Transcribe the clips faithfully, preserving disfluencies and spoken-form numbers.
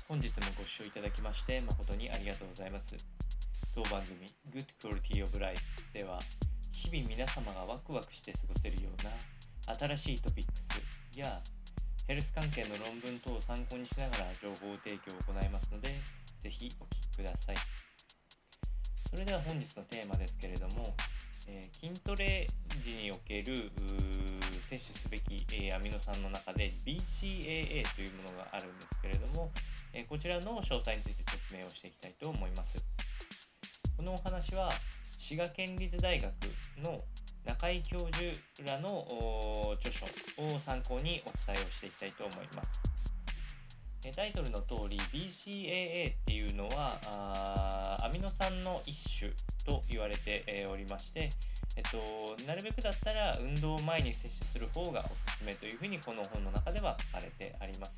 本日もご視聴いただきまして誠にありがとうございます。当番組 Good Quality of Life では、日々皆様がワクワクして過ごせるような新しいトピックスやヘルス関係の論文等を参考にしながら情報提供を行いますので、ぜひお聞きください。それでは本日のテーマですけれども、えー、筋トレ時における摂取すべき、えー、アミノ酸の中で ビーシーエーエー というものがあるんですけれども、えー、こちらの詳細について説明をしていきたいと思います。このお話は滋賀県立大学の中井教授らの著書を参考にお伝えをしていきたいと思います。タイトルの通り ビーシーエーエー っていうのはアミノ酸の一種と言われておりまして、えっと、なるべくだったら運動前に摂取する方がおすすめというふうにこの本の中では書かれてあります。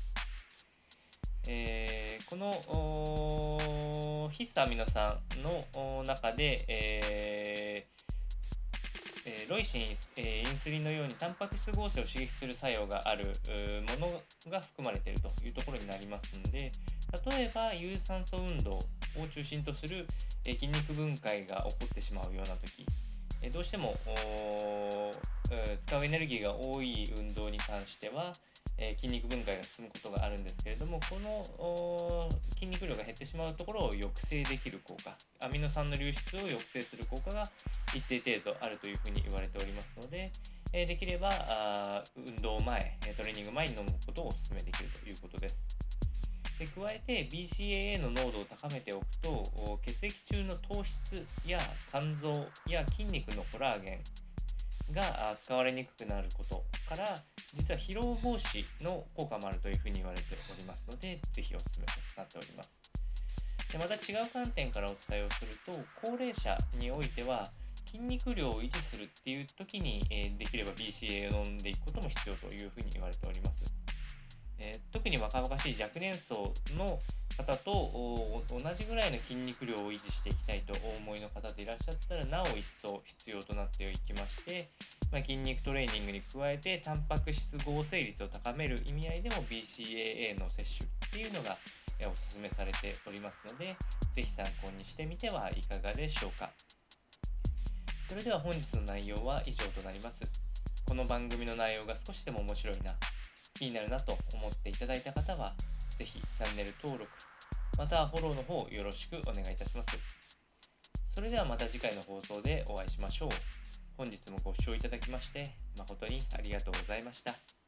えー、この必須アミノ酸の中で、えーえー、ロイシン、えー、インスリンのようにタンパク質合成を刺激する作用があるものが含まれているというところになりますので、例えば有酸素運動を中心とする、えー、筋肉分解が起こってしまうような時、えー、どうしても、えー、使うエネルギーが多い運動に関しては、えー、筋肉分解が進むことがあるんですけれども、この筋肉量が減ってしまうところを抑制できる効果、アミノ酸の流出を抑制する効果が一定程度あるというふうに言われておりますので、えー、できればあ運動前、トレーニング前に飲むことをお勧めできるということです。で加えて ビーシーエーエー の濃度を高めておくと、血液中の糖質や肝臓や筋肉のコラーゲンが使われにくくなることから、実は疲労防止の効果もあるというふうに言われておりますので、ぜひお勧めとなっております。でまた違う観点からお伝えをすると、高齢者においては筋肉量を維持するっていう時に、えー、できれば ビーシーエーエー を飲んでいくことも必要というふうに言われております。えー、特に若々しい若年層の方と同じぐらいの筋肉量を維持していきたいとお思いの方でいらっしゃったら、なお一層必要となっていきまして、まあ、筋肉トレーニングに加えてタンパク質合成率を高める意味合いでも ビーシーエーエー の摂取っていうのがお勧めされておりますので、ぜひ参考にしてみてはいかがでしょうか。それでは本日の内容は以上となります。この番組の内容が少しでも面白いな、気になるなと思っていただいた方は、ぜひチャンネル登録、またはフォローの方よろしくお願いいたします。それではまた次回の放送でお会いしましょう。本日もご視聴いただきまして誠にありがとうございました。